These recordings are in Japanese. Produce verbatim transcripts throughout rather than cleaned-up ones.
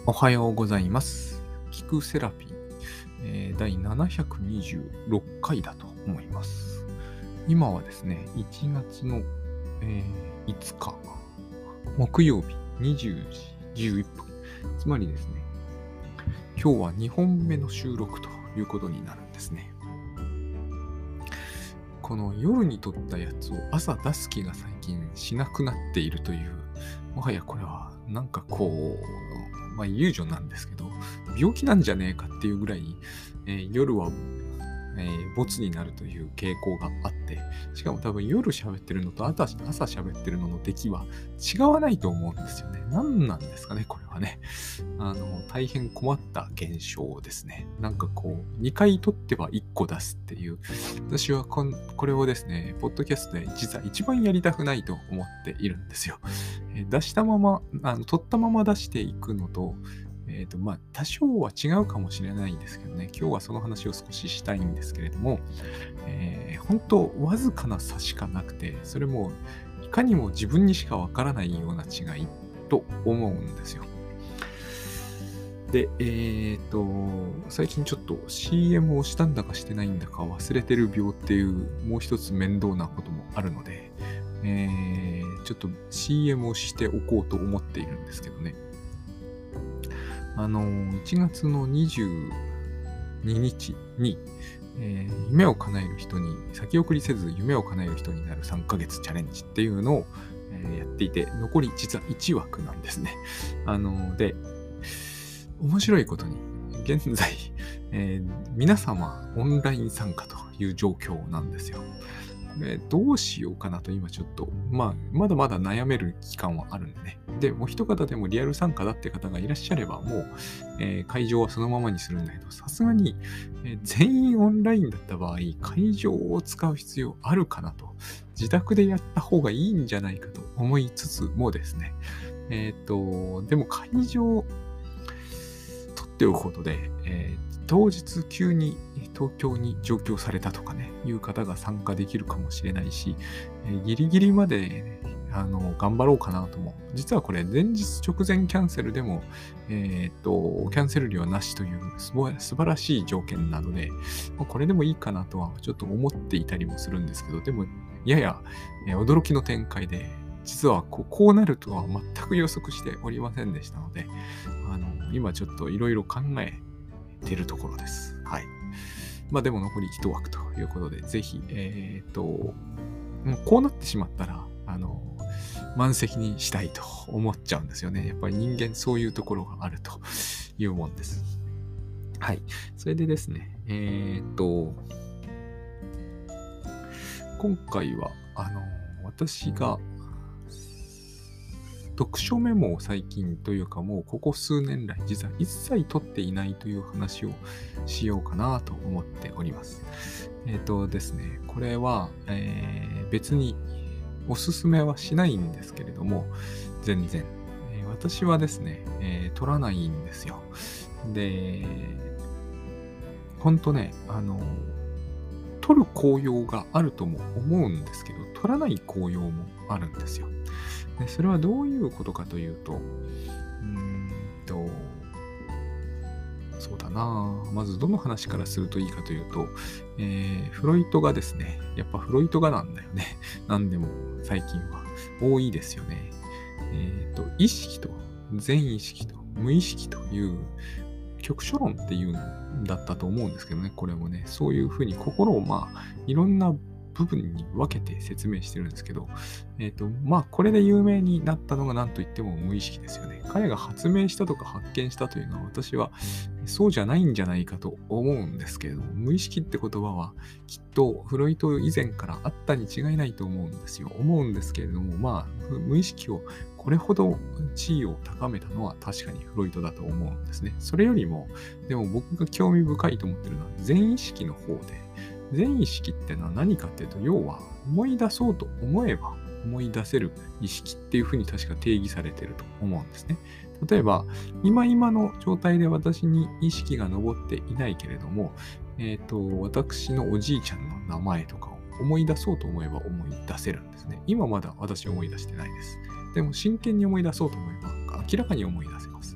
おはようございます。聞くセラピー、えー、だいななひゃくにじゅうろっかいだと思います。今はですね、いちがつの、えーいつか、木曜日にじゅうじじゅういっぷん。つまりですね、今日はにほんめの収録ということになるんですね。この夜に撮ったやつを朝出す気が最近しなくなっているという、もはやこれはなんかこう、まあイリュージョンなんですけど、病気なんじゃねえかっていうぐらい、えー夜は、えー、ボツになるという傾向があって、しかも多分夜喋ってるのと朝朝喋ってるのの出来は違わないと思うんですよね。何なんですかね、これはね。あの、大変困った現象ですね。なんかこう、にかい撮ってはいっこ出すっていう、私はこんこれをですね、ポッドキャストで実は一番やりたくないと思っているんですよ。えー出したまま、あの、撮ったまま出していくのと、えっと、まあ、多少は違うかもしれないんですけどね、今日はその話を少ししたいんですけれども、えー、本当わずかな差しかなくて、それもいかにも自分にしかわからないような違いと思うんですよ。で、えっと、最近ちょっと シーエム をしたんだかしてないんだか忘れてる病っていうもう一つ面倒なこともあるので、えー、ちょっと シーエム をしておこうと思っているんですけどね。あの、いちがつのにじゅうににちに、えー夢を叶える人に、先送りせず夢を叶える人になるさんかげつチャレンジっていうのを、えーやっていて、残り実はいちわくなんですね。あの、で、面白いことに、現在、えー皆様オンライン参加という状況なんですよ。これどうしようかなと今ちょっと、まあ、まだまだ悩める期間はあるんでね。で、もう一方でもリアル参加だって方がいらっしゃれば、もう、えー会場はそのままにするんだけど、さすがに、えー全員オンラインだった場合、会場を使う必要あるかなと、自宅でやった方がいいんじゃないかと思いつつもですね、えっと、でも会場、取っておくことで、えー当日急に東京に上京されたとかね、いう方が参加できるかもしれないし、えーギリギリまで、ね、あの頑張ろうかなとも。実はこれ、前日直前キャンセルでも、えーっと、キャンセル料なしというすごい素晴らしい条件なので、まあこれでもいいかなとはちょっと思っていたりもするんですけど、でも、やや、えー驚きの展開で、実はこうこうなるとは全く予測しておりませんでしたので、あの今ちょっといろいろ考えているところです。はい。まあでも残りいちわくということで、ぜひ、えっと、もうこうなってしまったら、あの、満席にしたいと思っちゃうんですよね。やっぱり人間そういうところがあるというもんです。はい。それでですね、えっと、今回は、あの、私が読書メモを最近というかもうここ数年来実は一切取っていないという話をしようかなと思っております。えっとですね、これは、えー別におすすめはしないんですけれども、全然。えー私はですね、えー取らないんですよ。で、ほんとね、あの、取る効用があるとも思うんですけど、取らない効用もあるんですよ。でそれはどういうことかというと、うーんと、そうだなまずどの話からするといいかというと、えーフロイトがですね、やっぱフロイトがなんだよね。なんでも最近は多いですよね。えっと、意識と全意識と無意識という局所論っていうんだったと思うんですけどね、これもね、そういうふうに心をまあ、いろんな部分に分けて説明してるんですけど、えっと、まあ、これで有名になったのが何と言っても無意識ですよね。彼が発明したとか発見したというのは私はそうじゃないんじゃないかと思うんですけれども、無意識って言葉はきっとフロイト以前からあったに違いないと思うんですよ。思うんですけれども、まあ、無意識をこれほど地位を高めたのは確かにフロイトだと思うんですね。それよりも、でも僕が興味深いと思ってるのは全意識の方で、全意識ってのは何かっていうと、要は思い出そうと思えば思い出せる意識っていうふうに確か定義されていると思うんですね。例えば、今今の状態で私に意識が上っていないけれども、えっと、私のおじいちゃんの名前とかを思い出そうと思えば思い出せるんですね。今まだ私思い出してないです。でも真剣に思い出そうと思えば明らかに思い出せます。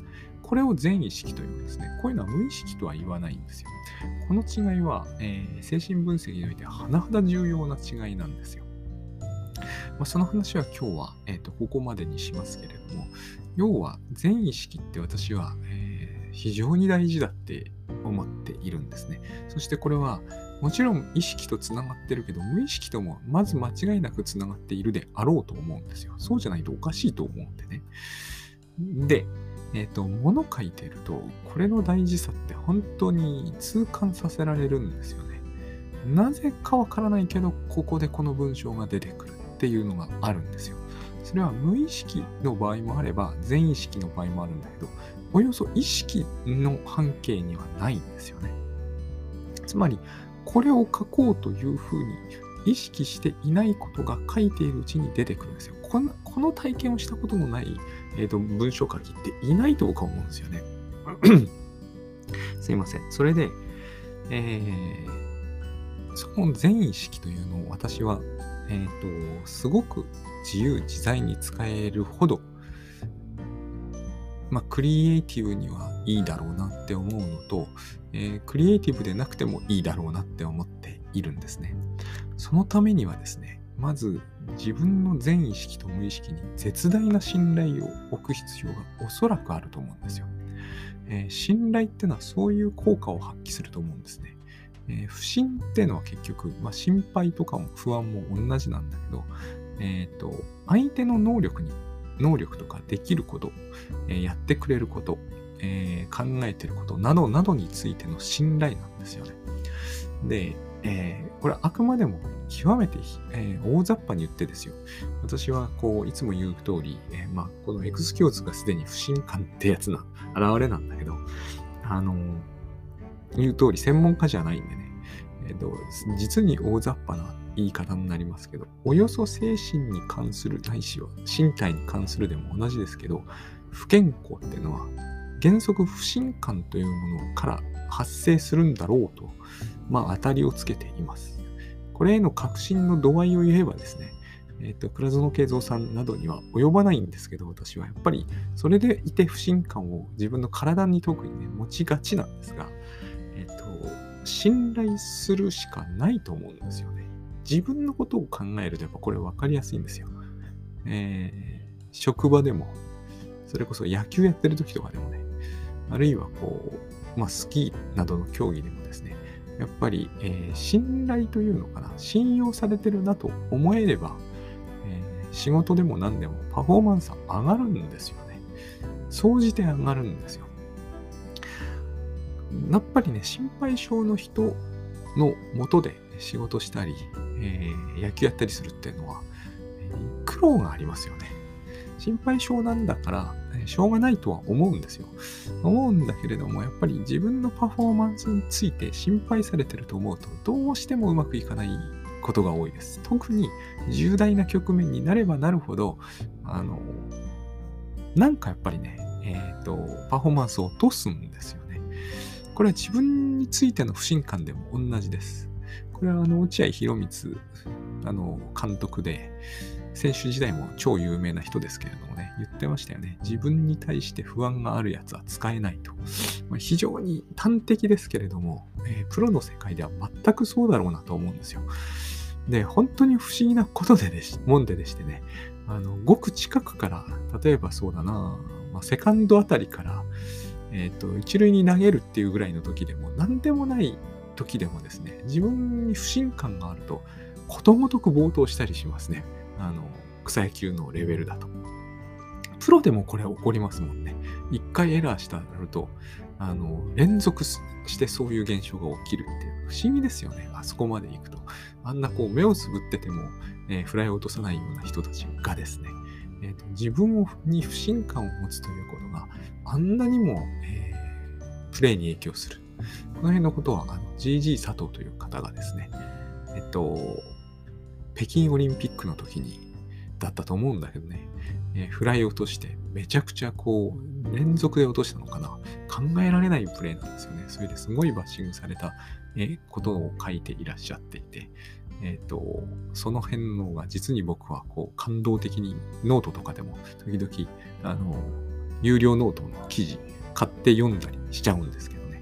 これを全意識というんですね。こういうのは無意識とは言わないんですよ。この違いは、えー精神分析において甚だ重要な違いなんですよ。まあ、その話は今日は、えーと、ここまでにしますけれども、要は全意識って私は、えー非常に大事だって思っているんですね。そしてこれはもちろん意識とつながってるけど、無意識ともまず間違いなくつながっているであろうと思うんですよ。そうじゃないとおかしいと思うんでね。で、えっと、物書いてると、これの大事さって本当に痛感させられるんですよね。なぜかわからないけど、ここでこの文章が出てくるっていうのがあるんですよ。それは無意識の場合もあれば、全意識の場合もあるんだけど、およそ意識の半径にはないんですよね。つまり、これを書こうというふうに意識していないことが書いているうちに出てくるんですよ。このこの体験をしたことのない、えーと、文章書きっていないと僕は思うんですよね。すいません。それで、えー、その全意識というのを私は、えーと、すごく自由自在に使えるほど、まあ、クリエイティブにはいいだろうなって思うのと、えークリエイティブでなくてもいいだろうなって思っているんですね。そのためにはですね、まず自分の全意識と無意識に絶大な信頼を置く必要がおそらくあると思うんですよ。えー信頼っていうのはそういう効果を発揮すると思うんですね。えー不信っていうのは結局、まあ、心配とかも不安も同じなんだけど、えーと、相手の能力に能力とかできること、えーやってくれること、えー考えてることなどなどについての信頼なんですよね。で、えーこれはあくまでも極めて、えー大雑把に言ってですよ。私はこういつも言う通り、えーまあ、このエクスキューズがすでに不信感ってやつな現れなんだけど、あのー言う通り専門家じゃないんでね、えーと、実に大雑把な言い方になりますけど、およそ精神に関するないしは身体に関するでも同じですけど、不健康っていうのは原則不信感というものから発生するんだろうと、まあ当たりをつけています。これへの確信の度合いを言えばですね、えっと、倉園慶三さんなどには及ばないんですけど、私はやっぱりそれでいて不信感を自分の体に特にね、持ちがちなんですが、えっと、信頼するしかないと思うんですよね。自分のことを考えるとやっぱこれ分かりやすいんですよ。えー職場でも、それこそ野球やってる時とかでもね、あるいはこう、まあ、スキーなどの競技でもですね、やっぱり、えー信頼というのかな、信用されてるなと思えれば、えー仕事でも何でもパフォーマンスは上がるんですよね。総じて上がるんですよ。やっぱりね、心配性の人の下で仕事したり、えー野球やったりするっていうのは、えー苦労がありますよね。心配性なんだから、えーしょうがないとは思うんですよ。思うんだけれども、やっぱり自分のパフォーマンスについて心配されてると思うと、どうしてもうまくいかないことが多いです。特に重大な局面になればなるほど、あの、なんかやっぱりね、えっと、パフォーマンスを落とすんですよね。これは自分についての不信感でも同じです。これはあの落合博満あの監督で、選手時代も超有名な人ですけれどもね、言ってましたよね。自分に対して不安があるやつは使えないと。まあ非常に端的ですけれども、えープロの世界では全くそうだろうなと思うんですよ。で、本当に不思議なことででし、もんででしてね、あの、ごく近くから、例えばそうだな、まあ、セカンドあたりから、えっと、一塁に投げるっていうぐらいの時でも、何でもない時でもですね、自分に不信感があると、ことごとく暴投したりしますね。あの、草野球のレベルだと。プロでもこれ起こりますもんね。一回エラーしたらなると、あの、連続してそういう現象が起きるっていう、不思議ですよね。あそこまで行くと。あんなこう目をつぶってても、えーフライを落とさないような人たちがですね、えーと自分をに不信感を持つということがあんなにも、えープレーに影響する。この辺のことはあの ジージー 佐藤という方がですね、えっと、北京オリンピックの時にだったと思うんだけどね、えーフライを落としてめちゃくちゃこう連続で落としたのかな。考えられないプレーなんですよね。それですごいバッシングされた、えーことを書いていらっしゃっていて、えっと、その辺のが実に僕はこう感動的にノートとかでも時々、あの、有料ノートの記事買って読んだりしちゃうんですけどね。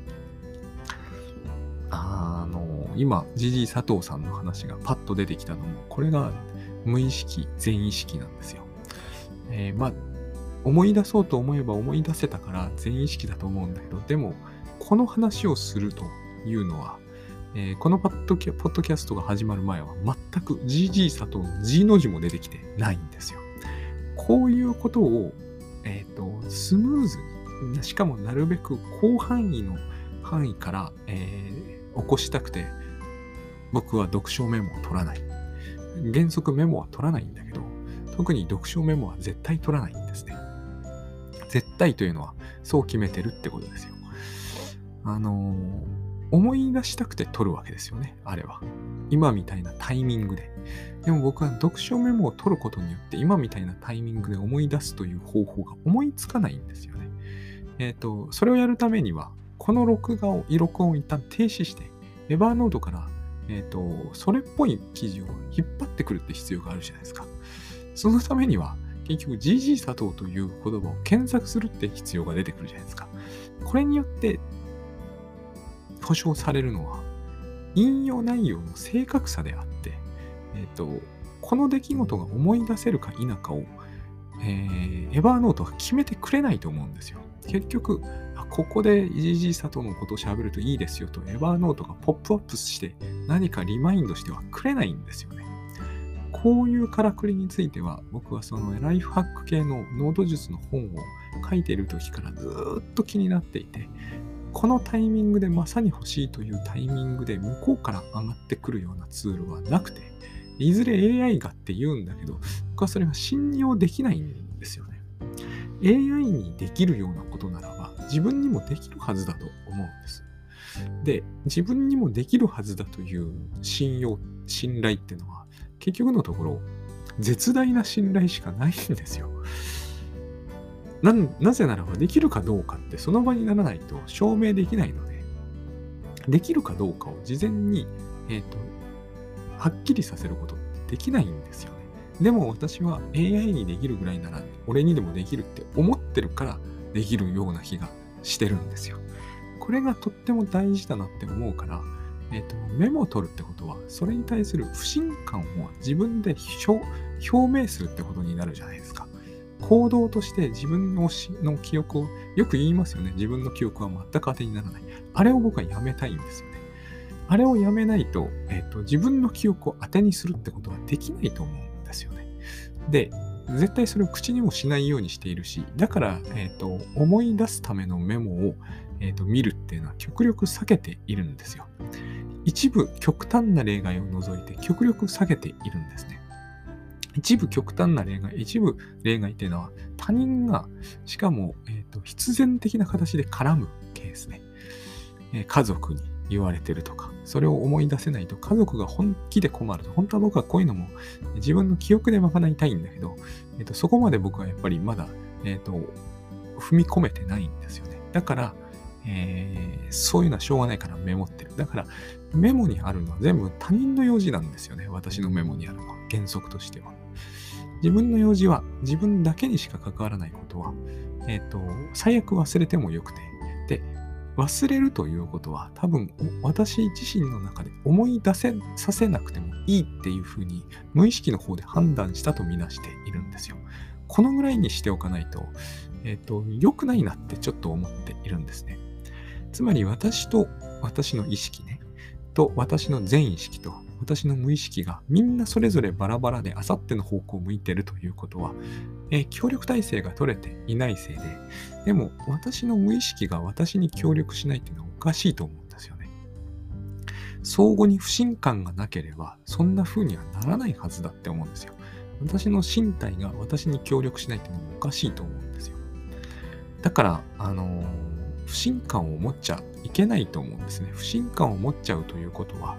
あの、今、ジージー 佐藤さんの話がパッと出てきたのも、これが無意識、全意識なんですよ。えー、まあ、思い出そうと思えば思い出せたから全意識だと思うんだけど、でも、この話をするというのは、えー、このポッドキャ、ポッドキャストが始まる前は全く ジージー 佐藤の G の字も出てきてないんですよ。こういうことを、えっと、スムーズに、しかもなるべく広範囲の範囲から、えー、起こしたくて、僕は読書メモを取らない。原則メモは取らないんだけど、特に読書メモは絶対取らないんですね。絶対というのはそう決めてるってことですよ。あのー、思い出したくて取るわけですよね、あれは。今みたいなタイミングで。でも僕は読書メモを取ることによって今みたいなタイミングで思い出すという方法が思いつかないんですよね。えっと、それをやるためには、この録画を、録音を一旦停止して、エバーノートから、えっと、それっぽい記事を引っ張ってくるって必要があるじゃないですか。そのためには、結局 ジージー 佐藤という言葉を検索するって必要が出てくるじゃないですか。これによって保証されるのは引用内容の正確さであって、えっと、この出来事が思い出せるか否かを、えー、エバーノートは決めてくれないと思うんですよ。結局、ここで ジージー 佐藤のことを喋るといいですよとエバーノートがポップアップして何かリマインドしてはくれないんですよね。こういうからくりについては僕はそのライフハック系のノート術の本を書いている時からずっと気になっていて、このタイミングでまさに欲しいというタイミングで向こうから上がってくるようなツールはなくて、いずれ エーアイ がって言うんだけど、僕はそれは信用できないんですよね。エーアイ にできるようなことならば自分にもできるはずだと思うんです。で、自分にもできるはずだという信用、信頼っていうのは結局のところ絶大な信頼しかないんですよ。な, なぜならばできるかどうかってその場にならないと証明できないので、できるかどうかを事前に、えーと、はっきりさせることってできないんですよね。でも私は エーアイ にできるぐらいなら俺にでもできるって思ってるからできるような気がしてるんですよ。これがとっても大事だなって思うから、えーと、メモを取るってことはそれに対する不信感を自分で表明するってことになるじゃないですか。行動として自分 の, の記憶をよく言いますよね。自分の記憶は全く当てにならない。あれを僕はやめたいんですよね。あれをやめないと、えーと、自分の記憶を当てにするってことはできないと思うんですよね。で、絶対それを口にもしないようにしているし、だから、えーと、思い出すためのメモを、えーと、見るっていうのは極力避けているんですよ。一部極端な例外を除いて極力避けているんですね。一部極端な例外、一部例外っていうのは他人がしかも、えーと、必然的な形で絡むケースね、えー。家族に言われてるとか、それを思い出せないと家族が本気で困ると。本当は僕はこういうのも自分の記憶で賄いたいんだけど、えーと、そこまで僕はやっぱりまだ、えーと、踏み込めてないんですよね。だから、えー、そういうのはしょうがないからメモってる。だからメモにあるのは全部他人の用事なんですよね。私のメモにあるのは原則としては。自分の用事は自分だけにしか関わらないことは、えっと、最悪忘れてもよくて。で、忘れるということは多分私自身の中で思い出せさせなくてもいいっていうふうに無意識の方で判断したとみなしているんですよ。このぐらいにしておかないと、えっと、良くないなってちょっと思っているんですね。つまり私と私の意識ね、と私の全意識と私の無意識がみんなそれぞれバラバラであさっての方向を向いているということは、えー、協力体制が取れていないせいで、でも私の無意識が私に協力しないっていうのはおかしいと思うんですよね。相互に不信感がなければそんな風にはならないはずだって思うんですよ。私の身体が私に協力しないっていうのもおかしいと思うんですよ。だからあのー不信感を持っちゃいけないと思うんですね。不信感を持っちゃうということは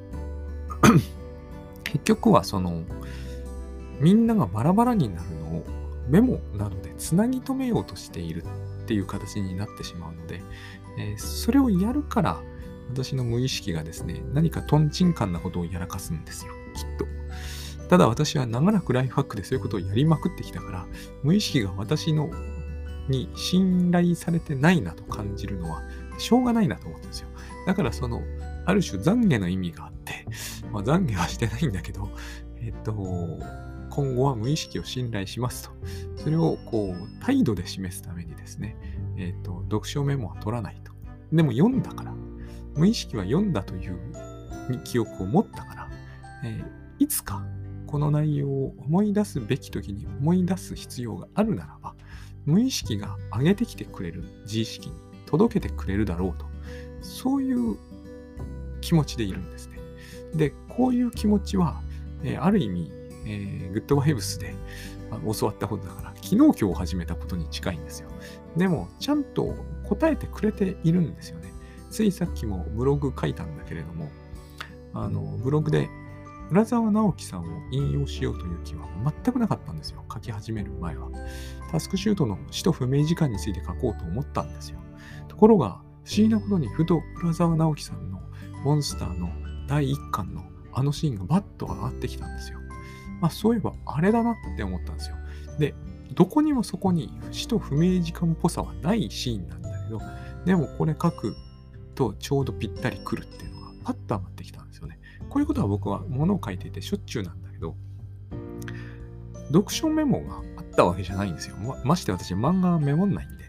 結局はそのみんながバラバラになるのをメモなどでつなぎ止めようとしているっていう形になってしまうので、えー、それをやるから私の無意識がですね、何かトンチンカンなことをやらかすんですよ、きっと。ただ私は長らくライフハックでそういうことをやりまくってきたから、無意識が私のに信頼されてないなと感じるのはしょうがないなと思ったんですよ。だからその、ある種懺悔の意味があって、まあ、懺悔はしてないんだけど、えっと、今後は無意識を信頼しますと。それをこう、態度で示すためにですね、えっと、読書メモは取らないと。でも読んだから、無意識は読んだという記憶を持ったから、えー、いつかこの内容を思い出すべき時に思い出す必要があるならば、無意識が上げてきてくれる自意識に届けてくれるだろうと。そういう気持ちでいるんですね。で、こういう気持ちは、えー、ある意味、えー、グッドバイブスで教わったことだから、昨日今日始めたことに近いんですよ。でも、ちゃんと答えてくれているんですよね。ついさっきもブログ書いたんだけれども、あの、ブログで浦沢直樹さんを引用しようという気は全くなかったんですよ。書き始める前は。タスクシュートの使途不明時間について書こうと思ったんですよ。ところが、不思議なことにふと浦沢直樹さんのモンスターのだいいっかんのあのシーンがバッと上がってきたんですよ。まあそういえばあれだなって思ったんですよ。で、どこにもそこに使途不明時間っぽさはないシーンなんだけど、でもこれ書くとちょうどぴったり来るっていうのがパッと上がってきたんですよね。こういうことは僕は物を書いていてしょっちゅうなんだけど、読書メモがあったわけじゃないんですよ。ま、まして私漫画はメモんないんで。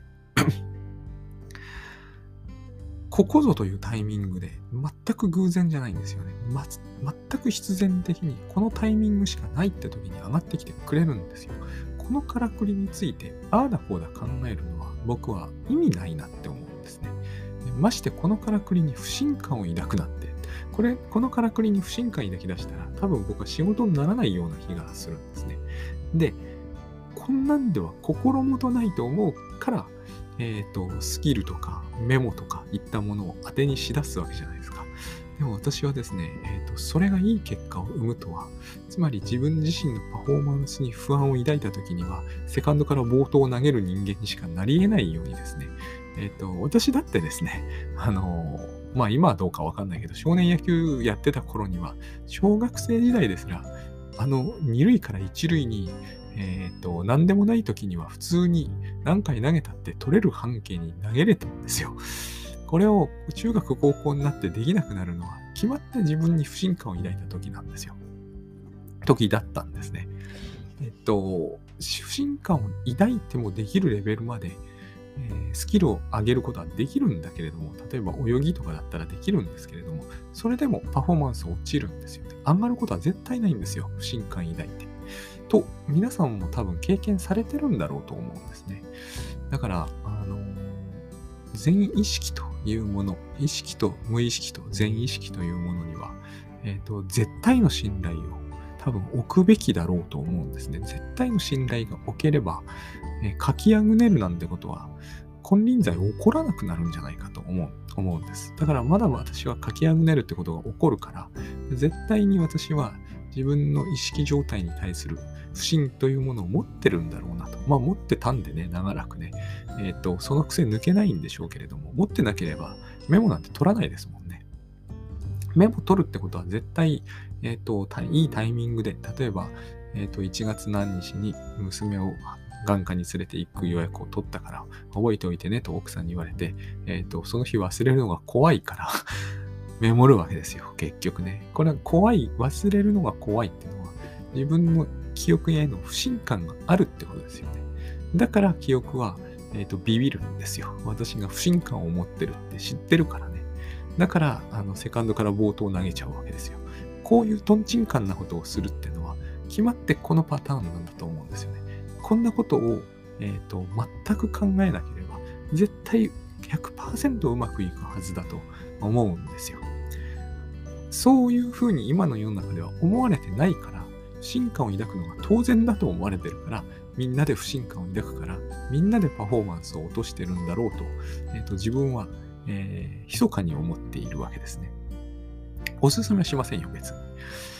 ここぞというタイミングで全く偶然じゃないんですよね。ま、全く必然的にこのタイミングしかないって時に上がってきてくれるんですよ。このからくりについてああだこうだ考えるのは僕は意味ないなって思うんですね。ましてこのからくりに不信感を抱くなって、これ、このからくりに不信感抱き出したら多分僕は仕事にならないような気がするんですね。で、こんなんでは心もとないと思うから、えっと、スキルとかメモとかいったものを当てにしだすわけじゃないですか。でも私はですね、えっと、それがいい結果を生むとは、つまり自分自身のパフォーマンスに不安を抱いた時には、セカンドから冒頭を投げる人間にしかなり得ないようにですね、えっと、私だってですね、あの、まあ今はどうかわかんないけど、少年野球やってた頃には、小学生時代ですら、あの、二塁から一塁に、えっと、何でもない時には普通に何回投げたって取れる半径に投げれたんですよ。これを中学高校になってできなくなるのは決まって自分に不信感を抱いた時なんですよ。時だったんですね。えっと、不信感を抱いてもできるレベルまで、えー、スキルを上げることはできるんだけれども、例えば泳ぎとかだったらできるんですけれども、それでもパフォーマンス落ちるんですよね。上がることは絶対ないんですよ。不信感抱いて。と、皆さんも多分経験されてるんだろうと思うんですね。だから、あの、全意識というもの、意識と無意識と全意識というものには、えっと、絶対の信頼を多分置くべきだろうと思うんですね。絶対の信頼が置ければ、えー、書きあぐねるなんてことは、金輪際起こらなくなるんじゃないかと思う、思うんです。だからまだ私は書きあぐねるってことが起こるから、絶対に私は自分の意識状態に対する不信というものを持ってるんだろうなと。まあ持ってたんでね、長らくね。えっと、その癖抜けないんでしょうけれども、持ってなければメモなんて取らないですもんね。メモ取るってことは絶対、えっと、いいタイミングで、例えば、えっと、いちがつ何日に娘を眼科に連れて行く予約を取ったから、覚えておいてねと奥さんに言われて、えっと、その日忘れるのが怖いから、メモるわけですよ、結局ね。これは怖い、忘れるのが怖いっていうのは、自分の記憶への不信感があるってことですよね。だから記憶は、えーと、ビビるんですよ。私が不信感を持ってるって知ってるからね。だから、あの、セカンドから冒頭を投げちゃうわけですよ。こういうトンチンカンなことをするっていうのは、決まってこのパターンなんだと思うんですよね。こんなことを、えーと、全く考えなければ、絶対 ひゃくパーセント うまくいくはずだと思うんですよ。そういうふうに今の世の中では思われてないから、不信感を抱くのが当然だと思われてるから、みんなで不信感を抱くから、みんなでパフォーマンスを落としてるんだろうと、えーと、自分は、えー、密かに思っているわけですね。おすすめしませんよ、別に。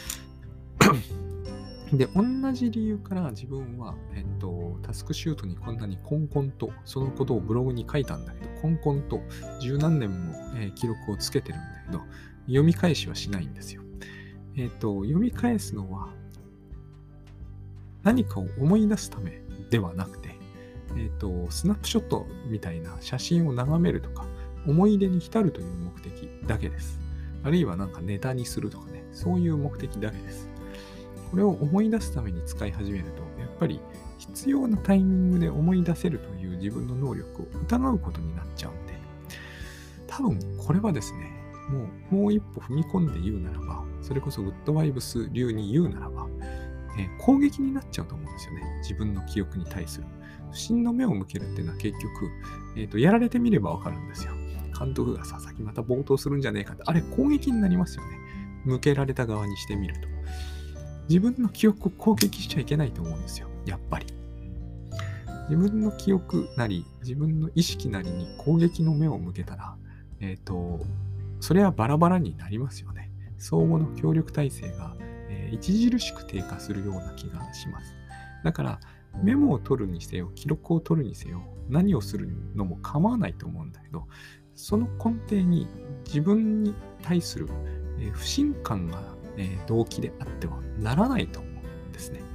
で、同じ理由から自分は、えっと、タスクシュートにこんなにコンコンと、そのことをブログに書いたんだけど、コンコンと十何年も、えー、記録をつけてるんだけど、読み返しはしないんですよ。えっと、読み返すのは、何かを思い出すためではなくて、 えっと、スナップショットみたいな写真を眺めるとか、思い出に浸るという目的だけです。あるいはなんかネタにするとかね、そういう目的だけです。これを思い出すために使い始めると、やっぱり必要なタイミングで思い出せるという自分の能力を疑うことになっちゃうんで、多分これはですね、もう、もう一歩踏み込んで言うならば、それこそグッドバイブス流に言うならば、えー攻撃になっちゃうと思うんですよね。自分の記憶に対する。不審の目を向けるっていうのは結局、えーと、やられてみればわかるんですよ。監督がさ、さっきまた暴投するんじゃねえかって、あれ攻撃になりますよね。向けられた側にしてみると。自分の記憶を攻撃しちゃいけないと思うんですよ。やっぱり。自分の記憶なり、自分の意識なりに攻撃の目を向けたら、えっと、それはバラバラになりますよね。相互の協力体制が、えー著しく低下するような気がします。だから、メモを取るにせよ、記録を取るにせよ、何をするのも構わないと思うんだけど、その根底に自分に対する、えー不信感が、えー動機であってはならないと思うんですね。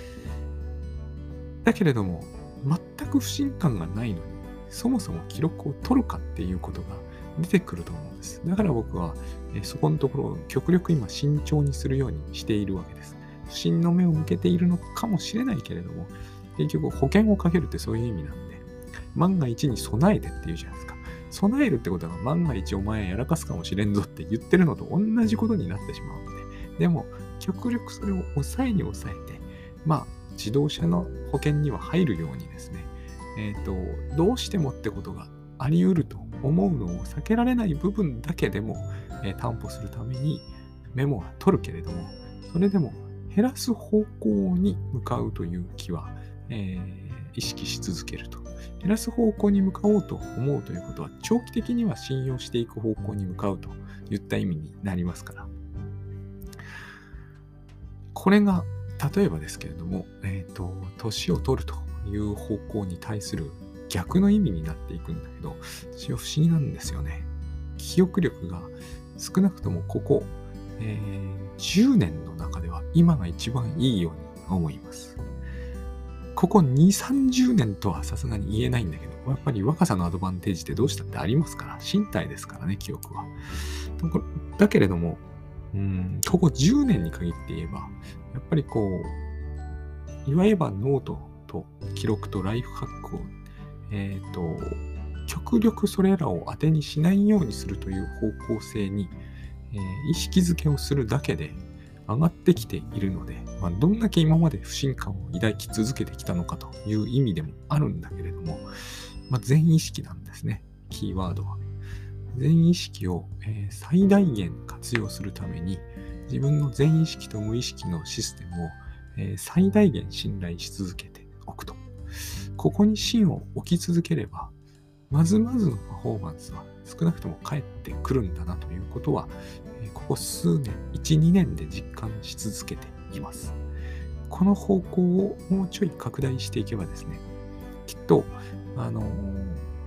だけれども、全く不信感がないのに、そもそも記録を取るかっていうことが出てくると思うんです。だから僕は、えーそこのところを極力今慎重にするようにしているわけです。不審の目を向けているのかもしれないけれども、結局保険をかけるってそういう意味なんで、万が一に備えてっていうじゃないですか。備えるってことは万が一お前やらかすかもしれんぞって言ってるのと同じことになってしまうんで、でも極力それを抑えに抑えて、まあ自動車の保険には入るようにですね、えっと、どうしてもってことがあり得ると思うのを避けられない部分だけでも、えー担保するためにメモは取るけれども、それでも減らす方向に向かうという気は、えー意識し続けると。減らす方向に向かおうと思うということは、長期的には信用していく方向に向かうといった意味になりますから。これが、例えばですけれども、えっと、年を取るという方向に対する逆の意味になっていくんだけど、私は不思議なんですよね。記憶力が少なくともここ、えーじゅうねんの中では今が一番いいように思います。ここに、さんじゅうねんとはさすがに言えないんだけど、やっぱり若さのアドバンテージってどうしたってありますから、身体ですからね、記憶は。だこだけれども、うーん、ここじゅうねんに限って言えば、やっぱりこう、いわゆるノートと記録とライフハックを、えっと、極力それらを当てにしないようにするという方向性に、えー意識づけをするだけで上がってきているので、まあ、どんだけ今まで不信感を抱き続けてきたのかという意味でもあるんだけれども、まあ、全意識なんですね、キーワードは。全意識を、えー最大限活用するために、自分の全意識と無意識のシステムを、えー最大限信頼し続けておくと。ここに芯を置き続ければ、まずまずのパフォーマンスは少なくとも返ってくるんだなということは、えーここ数年、いち、にねんで実感し続けています。この方向をもうちょい拡大していけばですね、きっと、あのー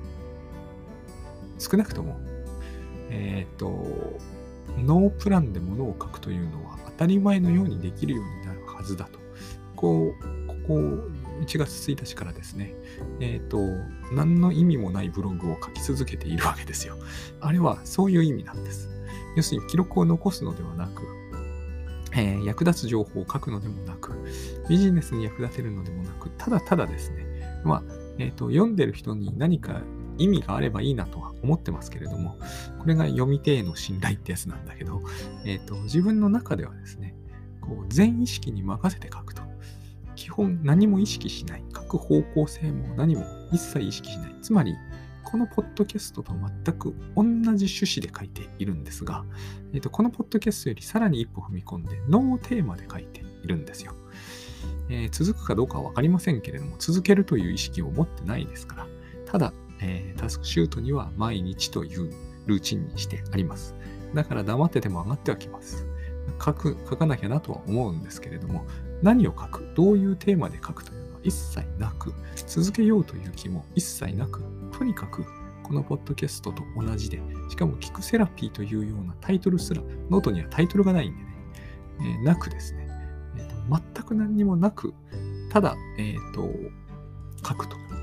少なくとも、えっと、ノープランで物を書くというのは当たり前のようにできるようになるはずだと。こう、ここいちがつついたちからですね、えっと、何の意味もないブログを書き続けているわけですよ。あれはそういう意味なんです。要するに記録を残すのではなく、えー役立つ情報を書くのでもなく、ビジネスに役立てるのでもなく、ただただですね、まあ、えっと、読んでる人に何か意味があればいいなとは思ってますけれども、これが読み手への信頼ってやつなんだけど、えっと、自分の中ではですね、こう全意識に任せて書くと。基本何も意識しない。書く方向性も何も一切意識しない。つまり、このポッドキャストと全く同じ趣旨で書いているんですが、えっと、このポッドキャストよりさらに一歩踏み込んで、ノーテーマで書いているんですよ。えー続くかどうかはわかりませんけれども、続けるという意識を持ってないですから、ただ、えータスクシュートには毎日というルーチンにしてあります。だから黙ってても上がってはきます。書く、書かなきゃなとは思うんですけれども、何を書く、どういうテーマで書くというのは一切なく、続けようという気も一切なく、とにかくこのポッドキャストと同じで、しかも聞くセラピーというようなタイトルすら、ノートにはタイトルがないんでね、えーなくですね、えーと、全く何にもなく、ただ、えーと、書くと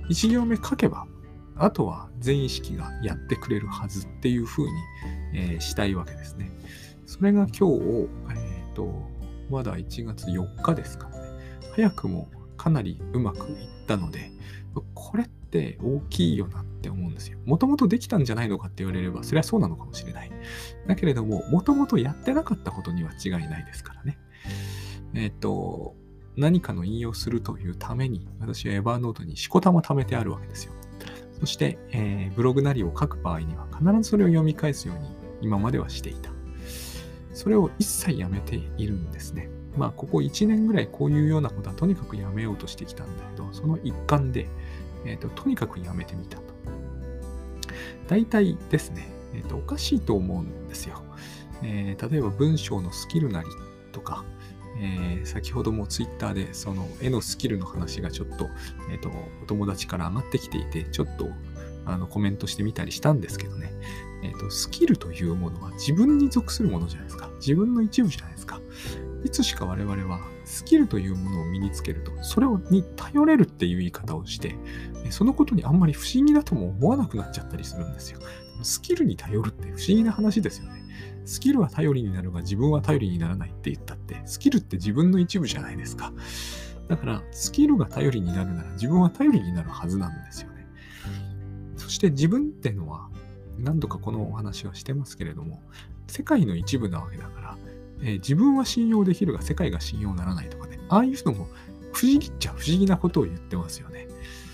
いち行目書けば、あとは全意識がやってくれるはずっていう風に、えーしたいわけですね。それが今日、えっと、まだいちがつよっかですからね。早くもかなりうまくいったので、これって大きいよなって思うんですよ。もともとできたんじゃないのかって言われれば、それはそうなのかもしれない。だけれども、もともとやってなかったことには違いないですからね。えっと、何かの引用するというために、私はエヴァーノートにしこたま貯めてあるわけですよ。そして、えーブログなりを書く場合には必ずそれを読み返すように今まではしていた。それを一切やめているんですね。まあ、ここいちねんぐらいこういうようなことはとにかくやめようとしてきたんだけど、その一環で、えーと、とにかくやめてみたと。大体ですね、えーと、おかしいと思うんですよ。えー例えば文章のスキルなりとか、えー先ほどもツイッターでその絵のスキルの話がちょっと、えーと、お友達から上がってきていて、ちょっとあのコメントしてみたりしたんですけどね、えーと、スキルというものは自分に属するものじゃないですか。自分の一部じゃないですか。いつしか我々はスキルというものを身につけると、それに頼れるっていう言い方をして、そのことにあんまり不思議だとも思わなくなっちゃったりするんですよ。スキルに頼るって不思議な話ですよね。スキルは頼りになるが自分は頼りにならないって言ったって、スキルって自分の一部じゃないですか。だから、スキルが頼りになるなら自分は頼りになるはずなんですよね。そして自分ってのは、何度かこのお話はしてますけれども、世界の一部なわけだから、えー自分は信用できるが世界が信用ならないとかね、ああいうのも不思議っちゃ不思議なことを言ってますよね。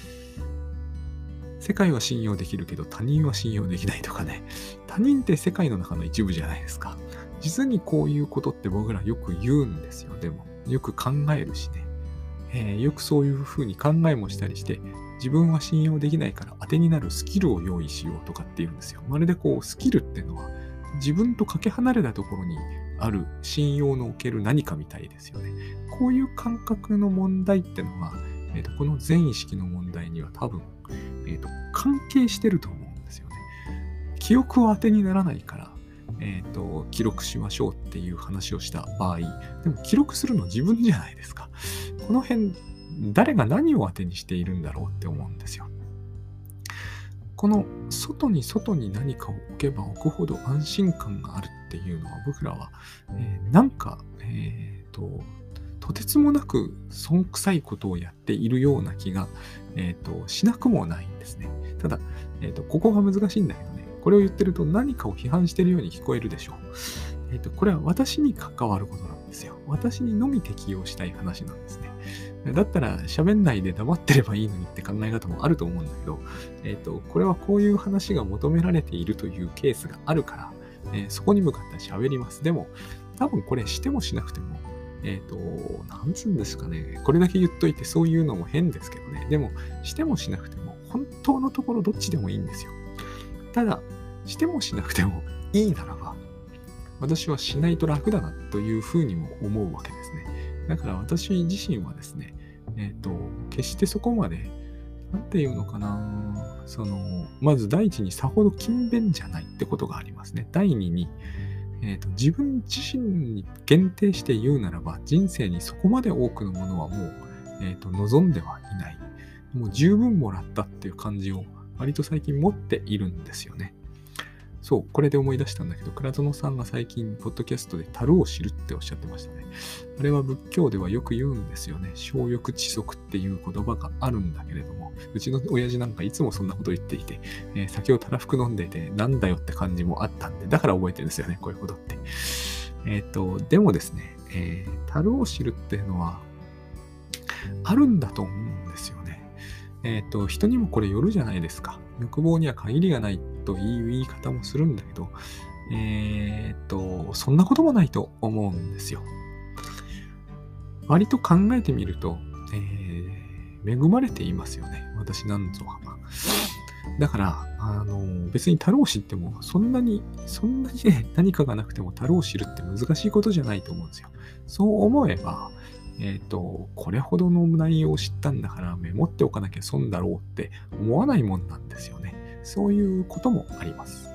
世界は信用できるけど他人は信用できないとかね。他人って世界の中の一部じゃないですか。実にこういうことって僕らよく言うんですよ。でも、よく考えるしね。えーよくそういうふうに考えもしたりして、自分は信用できないから当てになるスキルを用意しようとかっていうんですよ。まるでこう、スキルっていうのは自分とかけ離れたところにある信用のおける何かみたいですよね。こういう感覚の問題ってのは、えーとこの全意識の問題には多分、えーと関係してると思うんですよね。記憶は当てにならないから、えーと記録しましょうっていう話をした場合、でも記録するの自分じゃないですか。この辺、誰が何を当てにしているんだろうって思うんですよ。この外に外に何かを置けば置くほど安心感があるっていうのは僕らは、えーなんか、えーと、とてつもなく損臭いことをやっているような気が、えーと、しなくもないんですね。ただ、えーと、ここが難しいんだけどね、これを言ってると何かを批判しているように聞こえるでしょう。えーと、これは私に関わることなんですよ。私にのみ適用したい話なんですね。だったら喋んないで黙ってればいいのにって考え方もあると思うんだけど、えっと、これはこういう話が求められているというケースがあるから、えーそこに向かって喋ります。でも、多分これしてもしなくても、えっと、なんつうんですかね。これだけ言っといてそういうのも変ですけどね。でも、してもしなくても、本当のところどっちでもいいんですよ。ただ、してもしなくてもいいならば、私はしないと楽だなというふうにも思うわけですね。だから私自身はですね、えっと、決してそこまで、なんていうのかな、その、まず第一にさほど勤勉じゃないってことがありますね。第二に、えっと、自分自身に限定して言うならば、人生にそこまで多くのものはもう、えっと、望んではいない。もう十分もらったっていう感じを割と最近持っているんですよね。そう、これで思い出したんだけど、倉園さんが最近、ポッドキャストで樽を知るっておっしゃってましたね。あれは仏教ではよく言うんですよね。小欲知足っていう言葉があるんだけれども、うちの親父なんかいつもそんなこと言っていて、えー酒をたらふく飲んでて、なんだよって感じもあったんで、だから覚えてるんですよね、こういうことって。えっと、でもですね、えー、樽を知るっていうのは、あるんだと思うんですよね。えっと、人にもこれよるじゃないですか。欲望には限りがないという言い方もするんだけど、えっと、そんなこともないと思うんですよ。割と考えてみると、えー、恵まれていますよね。私なんぞは。だから、あの、別に樽を知っても、そんなに、そんなにね、何かがなくても樽を知るって難しいことじゃないと思うんですよ。そう思えば、えっと、これほどの内容を知ったんだからメモっておかなきゃ損だろうって思わないもんなんですよね。そういうこともあります。